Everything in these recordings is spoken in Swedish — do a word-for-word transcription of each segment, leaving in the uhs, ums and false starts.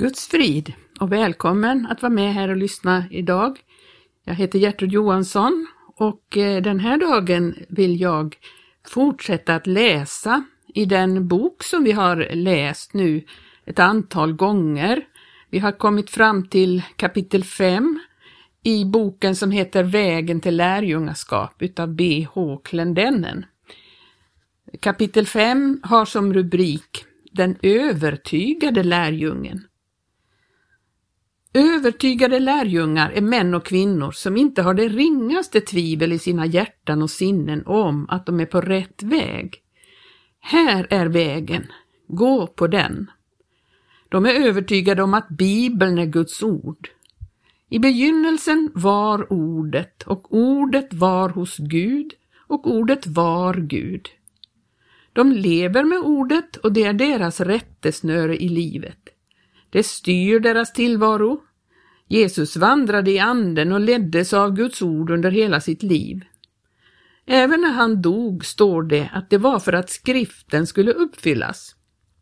Guds frid och välkommen att vara med här och lyssna idag. Jag heter Gertrud Johansson och den här dagen vill jag fortsätta att läsa i den bok som vi har läst nu ett antal gånger. Vi har kommit fram till kapitel fem i boken som heter Vägen till lärjungaskap utav B H Clendennen. Kapitel fem har som rubrik Den övertygade lärjungen. Övertygade lärjungar är män och kvinnor som inte har det ringaste tvivel i sina hjärtan och sinnen om att de är på rätt väg. Här är vägen, gå på den. De är övertygade om att Bibeln är Guds ord. I begynnelsen var ordet, och ordet var hos Gud, och ordet var Gud. De lever med ordet och det är deras rättesnöre i livet. Det styr deras tillvaro. Jesus vandrade i anden och leddes av Guds ord under hela sitt liv. Även när han dog står det att det var för att skriften skulle uppfyllas.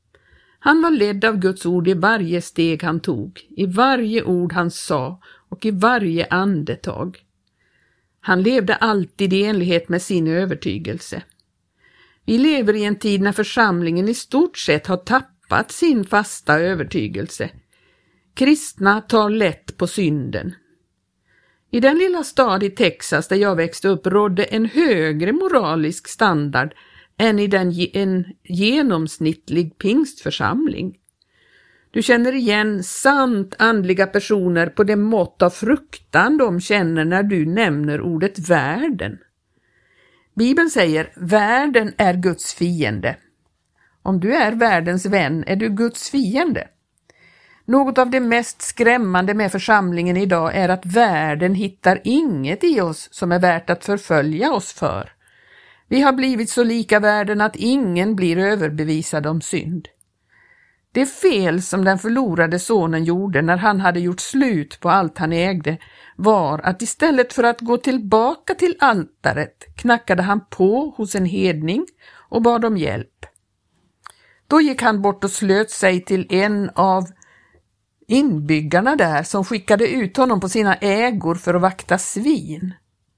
Han var ledd av Guds ord i varje steg han tog, i varje ord han sa och i varje andetag. Han levde alltid i enlighet med sin övertygelse. Vi lever i en tid när församlingen i stort sett har tappat sin fasta övertygelse. Kristna tar lätt på synden. I den lilla stad i Texas där jag växte upp rådde en högre moralisk standard än i den en genomsnittlig pingstförsamling. Du känner igen sant andliga personer på det mått av fruktan de känner när du nämner ordet världen. Bibeln säger, världen är Guds fiende. Om du är världens vän är du Guds fiende. Något av det mest skrämmande med församlingen idag är att världen hittar inget i oss som är värt att förfölja oss för. Vi har blivit så lika världen att ingen blir överbevisad om synd. Det fel som den förlorade sonen gjorde när han hade gjort slut på allt han ägde var att istället för att gå tillbaka till altaret knackade han på hos en hedning och bad om hjälp. Då gick han bort och slöt sig till en av inbyggarna där som skickade ut honom på sina ägor för att vakta svin.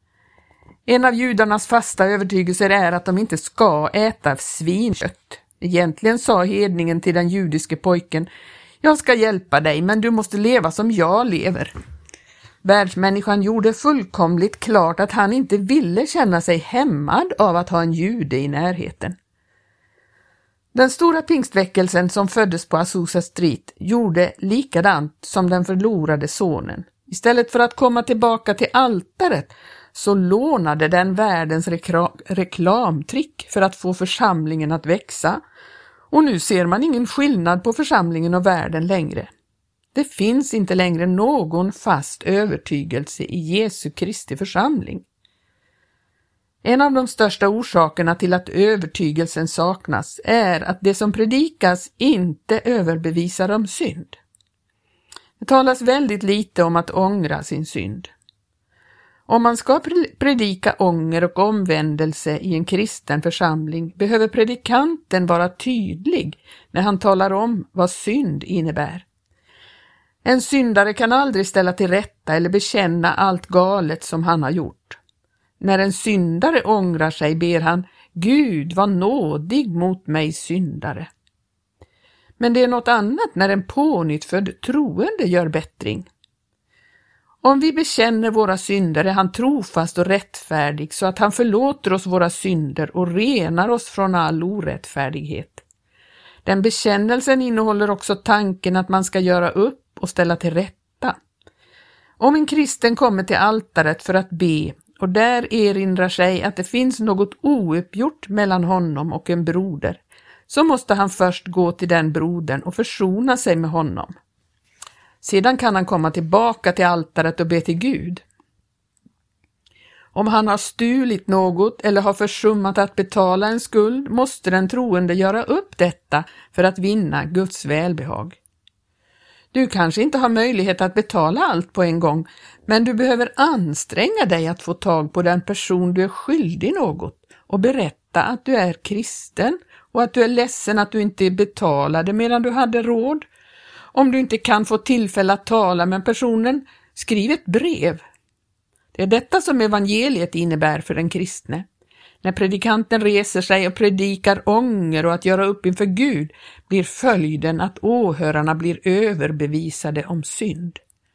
En av judarnas fasta övertygelser är att de inte ska äta svinkött. Egentligen sa hedningen till den judiske pojken, jag ska hjälpa dig men du måste leva som jag lever. Världsmänniskan gjorde fullkomligt klart att han inte ville känna sig hämmad av att ha en jude i närheten. Den stora pingstväckelsen som föddes på Azusa Street gjorde likadant som den förlorade sonen. Istället för att komma tillbaka till altaret så lånade den världens rekra- reklamtrick för att få församlingen att växa. Och nu ser man ingen skillnad på församlingen och världen längre. Det finns inte längre någon fast övertygelse i Jesu Kristi församling. En av de största orsakerna till att övertygelsen saknas är att det som predikas inte överbevisar om synd. Det talas väldigt lite om att ångra sin synd. Om man ska predika ånger och omvändelse i en kristen församling behöver predikanten vara tydlig när han talar om vad synd innebär. En syndare kan aldrig ställa till rätta eller bekänna allt galet som han har gjort. När en syndare ångrar sig ber han, Gud var nådig mot mig syndare. Men det är något annat när en pånyttfödd troende gör bättring. Om vi bekänner våra synder är han trofast och rättfärdig så att han förlåter oss våra synder och renar oss från all orättfärdighet. Den bekännelsen innehåller också tanken att man ska göra upp och ställa till rätta. Om en kristen kommer till altaret för att be och där erinrar sig att det finns något ouppgjort mellan honom och en broder, så måste han först gå till den brodern och försona sig med honom. Sedan kan han komma tillbaka till altaret och be till Gud. Om han har stulit något eller har försummat att betala en skuld måste den troende göra upp detta för att vinna Guds välbehag. Du kanske inte har möjlighet att betala allt på en gång, men du behöver anstränga dig att få tag på den person du är skyldig något och berätta att du är kristen och att du är ledsen att du inte betalade medan du hade råd. Om du inte kan få tillfälle att tala med personen, skriv ett brev. Det är detta som evangeliet innebär för den kristne. När predikanten reser sig och predikar ånger och att göra upp inför Gud blir följden att åhörarna blir överbevisade om synd.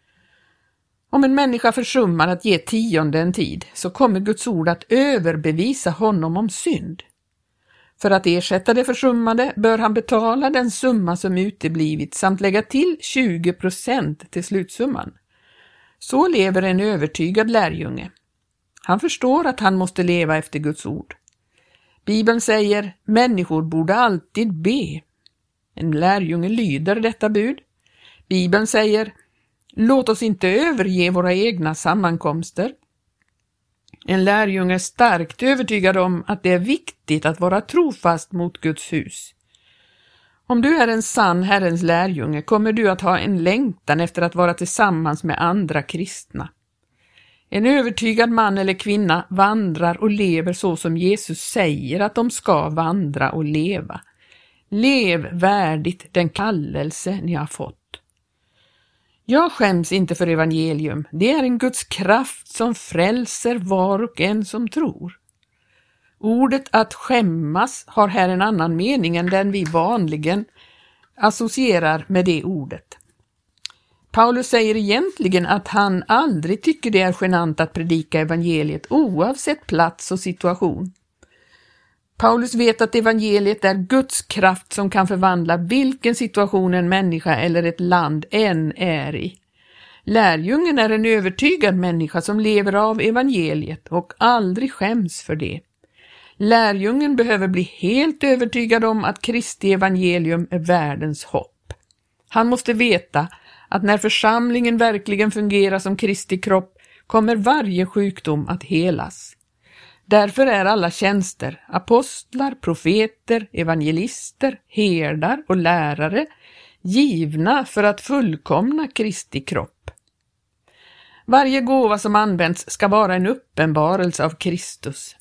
Om en människa försummar att ge tionde en tid så kommer Guds ord att överbevisa honom om synd. För att ersätta det försummade bör han betala den summa som uteblivit samt lägga till tjugo procent till slutsumman. Så lever en övertygad lärjunge. Han förstår att han måste leva efter Guds ord. Bibeln säger, människor borde alltid be. En lärjunge lyder detta bud. Bibeln säger, låt oss inte överge våra egna sammankomster. En lärjunge är starkt övertygad om att det är viktigt att vara trofast mot Guds hus. Om du är en sann Herrens lärjunge kommer du att ha en längtan efter att vara tillsammans med andra kristna. En övertygad man eller kvinna vandrar och lever så som Jesus säger att de ska vandra och leva. Lev värdigt den kallelse ni har fått. Jag skäms inte för evangelium. Det är en Guds kraft som frälser var och en som tror. Ordet att skämmas har här en annan mening än den vi vanligen associerar med det ordet. Paulus säger egentligen att han aldrig tycker det är genant att predika evangeliet oavsett plats och situation. Paulus vet att evangeliet är Guds kraft som kan förvandla vilken situation en människa eller ett land än är i. Lärjungen är en övertygad människa som lever av evangeliet och aldrig skäms för det. Lärjungen behöver bli helt övertygad om att Kristi evangelium är världens hopp. Han måste veta att när församlingen verkligen fungerar som Kristi kropp kommer varje sjukdom att helas. Därför är alla tjänster, apostlar, profeter, evangelister, herdar och lärare givna för att fullkomna Kristi kropp. Varje gåva som används ska vara en uppenbarelse av Kristus.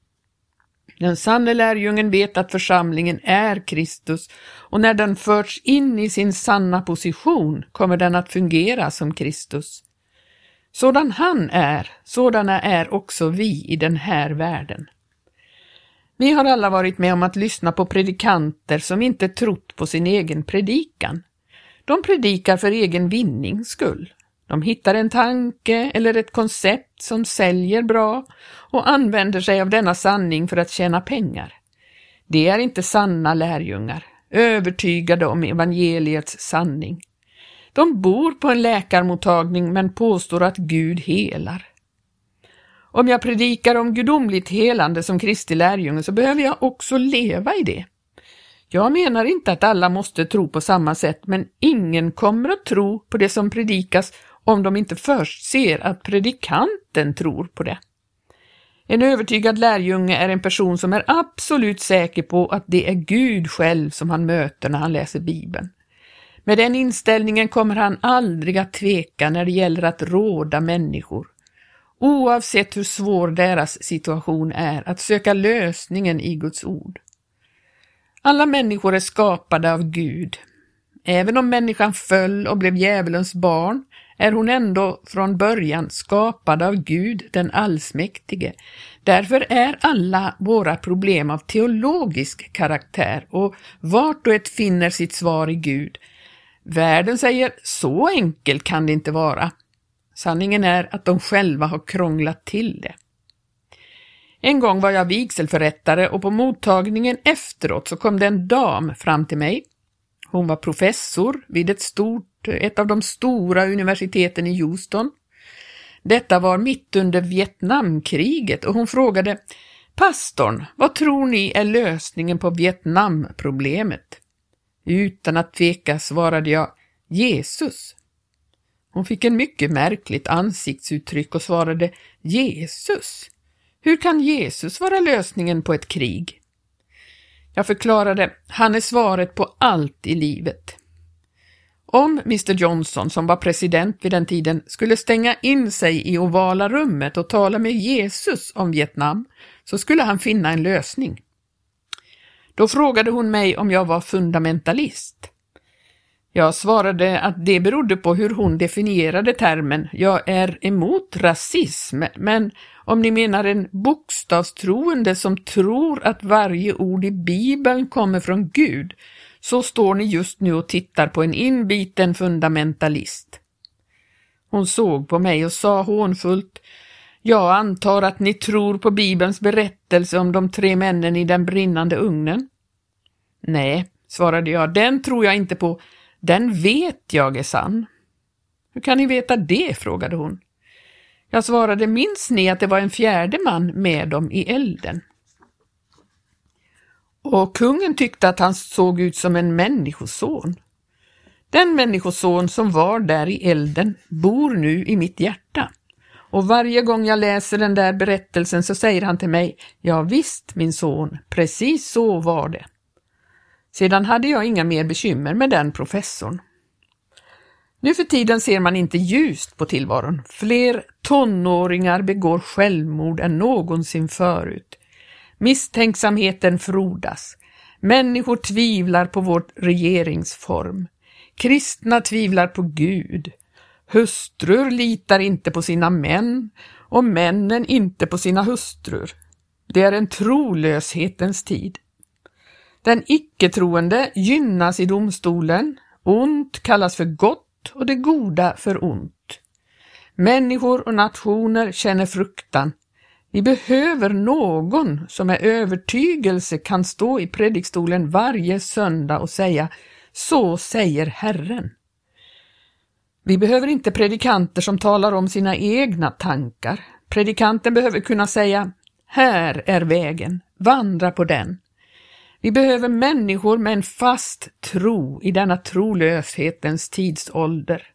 Den sanne lärjungen vet att församlingen är Kristus och när den förts in i sin sanna position kommer den att fungera som Kristus. Sådan han är, sådana är också vi i den här världen. Vi har alla varit med om att lyssna på predikanter som inte trott på sin egen predikan. De predikar för egen vinnings skull. De hittar en tanke eller ett koncept som säljer bra och använder sig av denna sanning för att tjäna pengar. Det är inte sanna lärjungar, övertygade om evangeliets sanning. De bor på en läkarmottagning men påstår att Gud helar. Om jag predikar om gudomligt helande som Kristi lärjunge så behöver jag också leva i det. Jag menar inte att alla måste tro på samma sätt, men ingen kommer att tro på det som predikas om de inte först ser att predikanten tror på det. En övertygad lärjunge är en person som är absolut säker på att det är Gud själv som han möter när han läser Bibeln. Med den inställningen kommer han aldrig att tveka när det gäller att råda människor, oavsett hur svår deras situation är, att söka lösningen i Guds ord. Alla människor är skapade av Gud. Även om människan föll och blev djävulens barn är hon ändå från början skapad av Gud, den allsmäktige. Därför är alla våra problem av teologisk karaktär och vart och ett finner sitt svar i Gud. Världen säger, så enkelt kan det inte vara. Sanningen är att de själva har krånglat till det. En gång var jag vigselförrättare och på mottagningen efteråt så kom det en dam fram till mig. Hon var professor vid ett, stort, ett av de stora universiteten i Houston. Detta var mitt under Vietnamkriget och hon frågade, pastorn, vad tror ni är lösningen på Vietnamproblemet? Utan att tveka svarade jag, Jesus. Hon fick en mycket märkligt ansiktsuttryck och svarade, Jesus? Hur kan Jesus vara lösningen på ett krig? Jag förklarade, han är svaret på allt i livet. Om mister Johnson, som var president vid den tiden, skulle stänga in sig i ovala rummet och tala med Jesus om Vietnam, så skulle han finna en lösning. Då frågade hon mig om jag var fundamentalist. Jag svarade att det berodde på hur hon definierade termen. Jag är emot rasism, men om ni menar en bokstavstroende som tror att varje ord i Bibeln kommer från Gud, så står ni just nu och tittar på en inbiten fundamentalist. Hon såg på mig och sa hånfullt: jag antar att ni tror på Bibelns berättelse om de tre männen i den brinnande ugnen. Nej, svarade jag, den tror jag inte på. Den vet jag är sann. Hur kan ni veta det, frågade hon. Jag svarade, minns ni att det var en fjärde man med dem i elden? Och kungen tyckte att han såg ut som en människoson. Den människoson som var där i elden bor nu i mitt hjärta. Och varje gång jag läser den där berättelsen så säger han till mig: ja visst min son, precis så var det. Sedan hade jag inga mer bekymmer med den professorn. Nu för tiden ser man inte ljust på tillvaron. Fler tonåringar begår självmord än någonsin förut. Misstänksamheten frodas. Människor tvivlar på vår regeringsform. Kristna tvivlar på Gud. Hustrur litar inte på sina män och männen inte på sina hustrur. Det är en trolöshetens tid. Den icke-troende gynnas i domstolen. Ont kallas för gott och det goda för ont. Människor och nationer känner fruktan. Vi behöver någon som med övertygelse kan stå i predikstolen varje söndag och säga: så säger Herren. Vi behöver inte predikanter som talar om sina egna tankar. Predikanten behöver kunna säga: här är vägen, vandra på den. Vi behöver människor med en fast tro i denna trolöshetens tidsålder.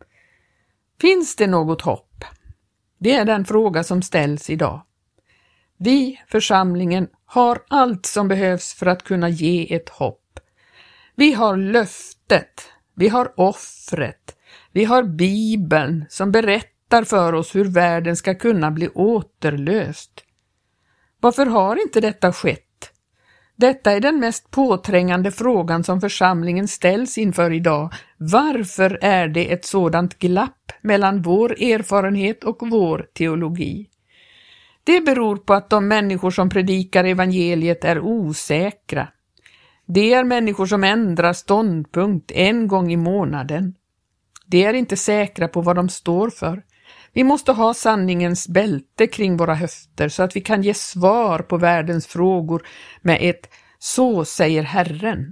Finns det något hopp? Det är den fråga som ställs idag. Vi, församlingen, har allt som behövs för att kunna ge ett hopp. Vi har löftet, vi har offret, vi har Bibeln som berättar för oss hur världen ska kunna bli återlöst. Varför har inte detta skett? Detta är den mest påträngande frågan som församlingen ställs inför idag. Varför är det ett sådant glapp mellan vår erfarenhet och vår teologi? Det beror på att de människor som predikar evangeliet är osäkra. Det är människor som ändrar ståndpunkt en gång i månaden. De är inte säkra på vad de står för. Vi måste ha sanningens bälte kring våra höfter så att vi kan ge svar på världens frågor med ett så säger Herren.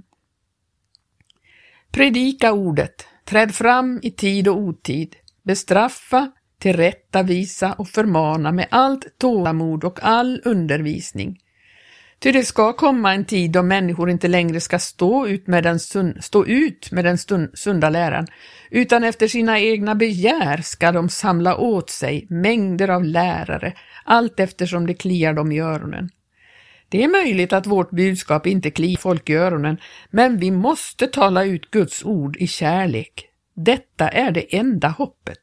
Predika ordet, träd fram i tid och otid, bestraffa, tillrättavisa och förmana med allt tålamod och all undervisning. Ty det ska komma en tid då människor inte längre ska stå ut med den, sun- stå ut med den stund- sunda läran, utan efter sina egna begär ska de samla åt sig mängder av lärare, allt eftersom det kliar dem i öronen. Det är möjligt att vårt budskap inte kliar folk i öronen, men vi måste tala ut Guds ord i kärlek. Detta är det enda hoppet.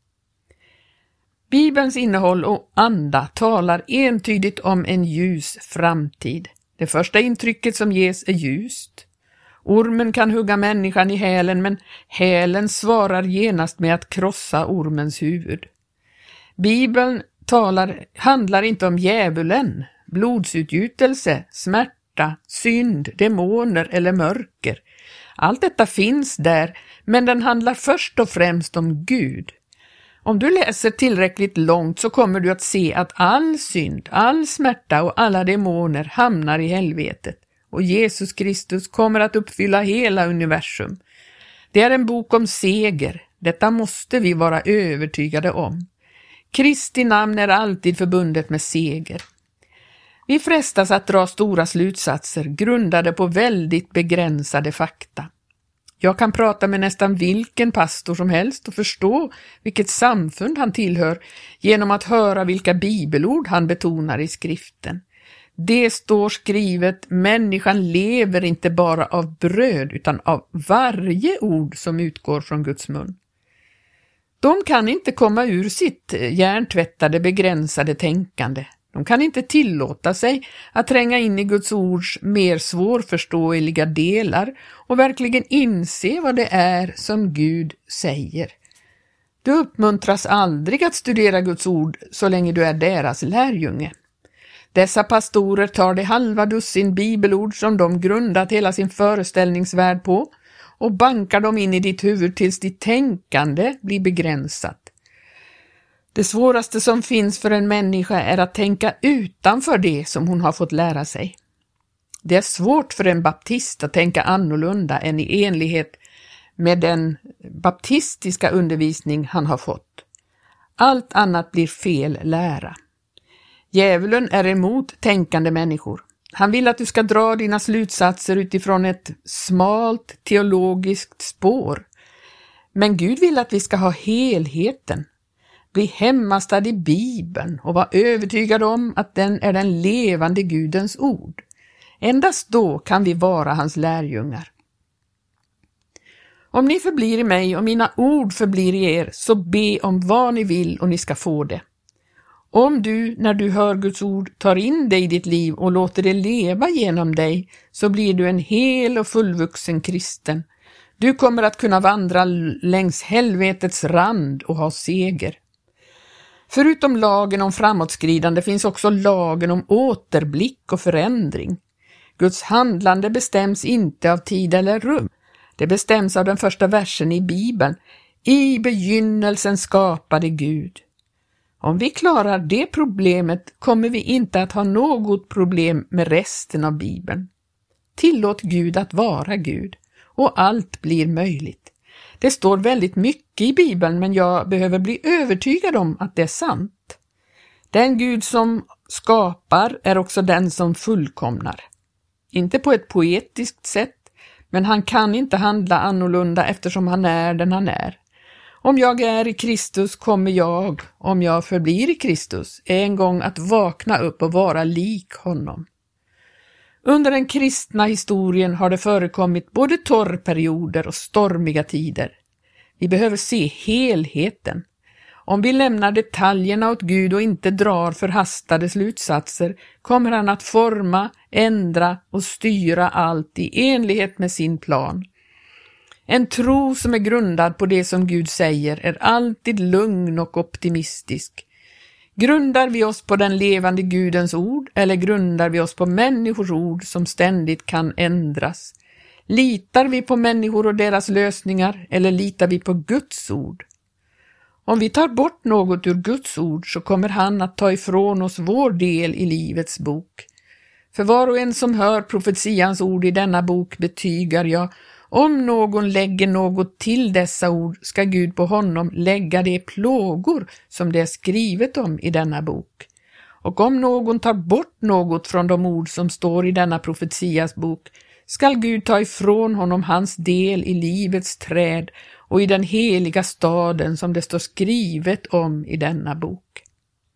Bibelns innehåll och anda talar entydigt om en ljus framtid. Det första intrycket som ges är ljust. Ormen kan hugga människan i hälen, men hälen svarar genast med att krossa ormens huvud. Bibeln talar, handlar inte om djävulen, blodsutgjutelse, smärta, synd, demoner eller mörker. Allt detta finns där, men den handlar först och främst om Gud. Om du läser tillräckligt långt så kommer du att se att all synd, all smärta och alla demoner hamnar i helvetet. Och Jesus Kristus kommer att uppfylla hela universum. Det är en bok om seger. Detta måste vi vara övertygade om. Kristi namn är alltid förbundet med seger. Vi frestas att dra stora slutsatser grundade på väldigt begränsade fakta. Jag kan prata med nästan vilken pastor som helst och förstå vilket samfund han tillhör genom att höra vilka bibelord han betonar i skriften. Det står skrivet: människan lever inte bara av bröd utan av varje ord som utgår från Guds mun. De kan inte komma ur sitt hjärntvättade begränsade tänkande, De kan inte tillåta sig att tränga in i Guds ords mer svårförståeliga delar och verkligen inse vad det är som Gud säger. Du uppmuntras aldrig att studera Guds ord så länge du är deras lärjunge. Dessa pastorer tar det halva dussin bibelord som de grundat hela sin föreställningsvärld på och bankar dem in i ditt huvud tills ditt tänkande blir begränsat. Det svåraste som finns för en människa är att tänka utanför det som hon har fått lära sig. Det är svårt för en baptist att tänka annorlunda än i enlighet med den baptistiska undervisning han har fått. Allt annat blir fel lära. Djävulen är emot tänkande människor. Han vill att du ska dra dina slutsatser utifrån ett smalt teologiskt spår. Men Gud vill att vi ska ha helheten. Bli hemmastad i Bibeln och vara övertygad om att den är den levande Gudens ord. Endast då kan vi vara hans lärjungar. Om ni förblir i mig och mina ord förblir i er, så be om vad ni vill och ni ska få det. Om du, när du hör Guds ord, tar in det i ditt liv och låter det leva genom dig, så blir du en hel och fullvuxen kristen. Du kommer att kunna vandra längs helvetets rand och ha seger. Förutom lagen om framåtskridande finns också lagen om återblick och förändring. Guds handlande bestäms inte av tid eller rum. Det bestäms av den första versen i Bibeln. I begynnelsen skapade Gud. Om vi klarar det problemet kommer vi inte att ha något problem med resten av Bibeln. Tillåt Gud att vara Gud och allt blir möjligt. Det står väldigt mycket i Bibeln, men jag behöver bli övertygad om att det är sant. Den Gud som skapar är också den som fullkomnar. Inte på ett poetiskt sätt, men han kan inte handla annorlunda eftersom han är den han är. Om jag är i Kristus kommer jag, om jag förblir i Kristus, en gång att vakna upp och vara lik honom. Under den kristna historien har det förekommit både torrperioder och stormiga tider. Vi behöver se helheten. Om vi lämnar detaljerna åt Gud och inte drar förhastade slutsatser kommer han att forma, ändra och styra allt i enlighet med sin plan. En tro som är grundad på det som Gud säger är alltid lugn och optimistisk. Grundar vi oss på den levande Gudens ord eller grundar vi oss på människors ord som ständigt kan ändras? Litar vi på människor och deras lösningar eller litar vi på Guds ord? Om vi tar bort något ur Guds ord så kommer han att ta ifrån oss vår del i livets bok. För var och en som hör profetians ord i denna bok betygar jag, om någon lägger något till dessa ord ska Gud på honom lägga de plågor som det är skrivet om i denna bok. Och om någon tar bort något från de ord som står i denna profetias bok skall Gud ta ifrån honom hans del i livets träd och i den heliga staden som det står skrivet om i denna bok.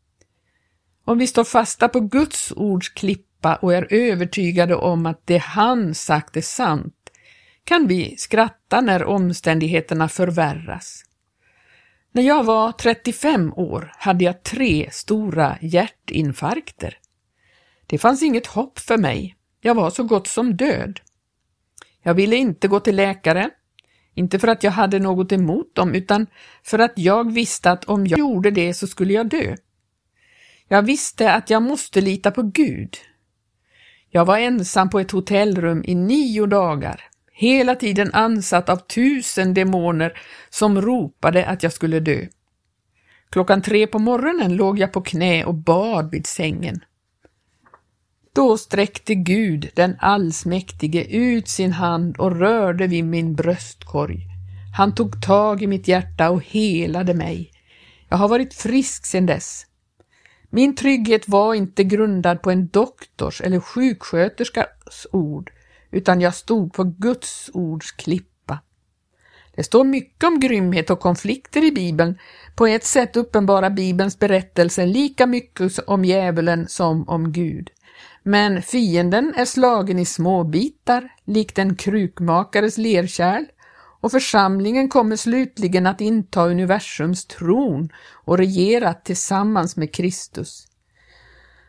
Om vi står fasta på Guds ords klippa och är övertygade om att det han sagt är sant, kan vi skratta när omständigheterna förvärras. När jag var trettiofem år hade jag tre stora hjärtinfarkter. Det fanns inget hopp för mig. Jag var så gott som död. Jag ville inte gå till läkare. Inte för att jag hade något emot dem utan för att jag visste att om jag gjorde det så skulle jag dö. Jag visste att jag måste lita på Gud. Jag var ensam på ett hotellrum i nio dagar. Hela tiden ansatt av tusen demoner som ropade att jag skulle dö. Klockan tre på morgonen låg jag på knä och bad vid sängen. Då sträckte Gud, den allsmäktige, ut sin hand och rörde vid min bröstkorg. Han tog tag i mitt hjärta och helade mig. Jag har varit frisk sedan dess. Min trygghet var inte grundad på en doktors eller sjuksköterskas ord, utan jag stod på Guds ords klippa. Det står mycket om grymhet och konflikter i Bibeln. På ett sätt uppenbarar Bibelns berättelse lika mycket om djävulen som om Gud. Men fienden är slagen i små bitar, likt en krukmakares lerkärl, och församlingen kommer slutligen att inta universums tron och regera tillsammans med Kristus.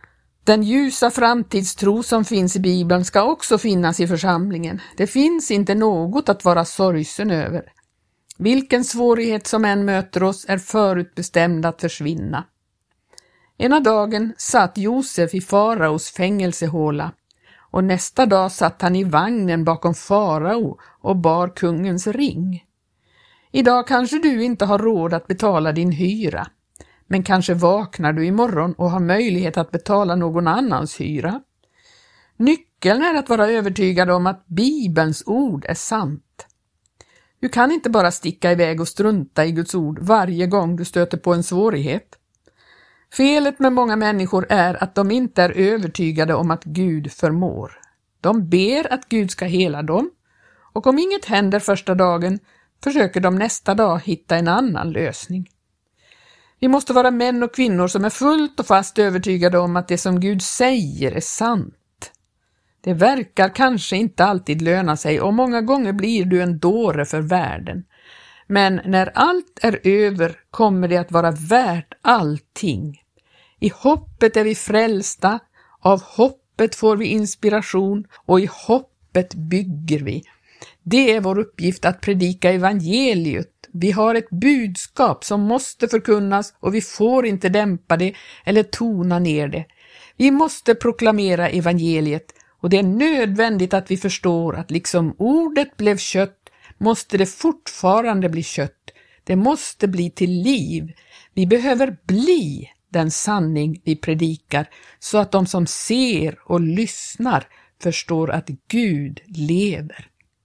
Den ljusa framtidstro som finns i Bibeln ska också finnas i församlingen. Det finns inte något att vara sorgsen över. Vilken svårighet som än möter oss är förutbestämd att försvinna. Ena dagen satt Josef i faraos fängelsehåla och nästa dag satt han i vagnen bakom farao och bar kungens ring. Idag kanske du inte har råd att betala din hyra, men kanske vaknar du imorgon och har möjlighet att betala någon annans hyra. Nyckeln är att vara övertygad om att Bibelns ord är sant. Du kan inte bara sticka iväg och strunta i Guds ord varje gång du stöter på en svårighet. Felet med många människor är att de inte är övertygade om att Gud förmår. De ber att Gud ska hela dem, och om inget händer första dagen försöker de nästa dag hitta en annan lösning. Vi måste vara män och kvinnor som är fullt och fast övertygade om att det som Gud säger är sant. Det verkar kanske inte alltid löna sig och många gånger blir du en dåre för världen. Men när allt är över kommer det att vara värt allting. I hoppet är vi frälsta, av hoppet får vi inspiration och i hoppet bygger vi. Det är vår uppgift att predika evangeliet. Vi har ett budskap som måste förkunnas och vi får inte dämpa det eller tona ner det. Vi måste proklamera evangeliet och det är nödvändigt att vi förstår att liksom ordet blev kött måste det fortfarande bli kött. Det måste bli till liv. Vi behöver bli den sanning vi predikar så att de som ser och lyssnar förstår att Gud lever.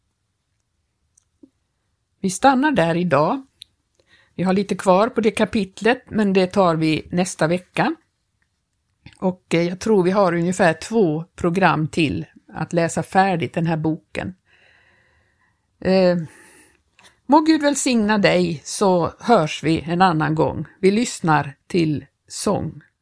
Vi stannar där idag. Vi har lite kvar på det kapitlet, men det tar vi nästa vecka. Och jag tror vi har ungefär två program till att läsa färdigt den här boken. Eh, må Gud välsigna dig, så hörs vi en annan gång. Vi lyssnar till sång.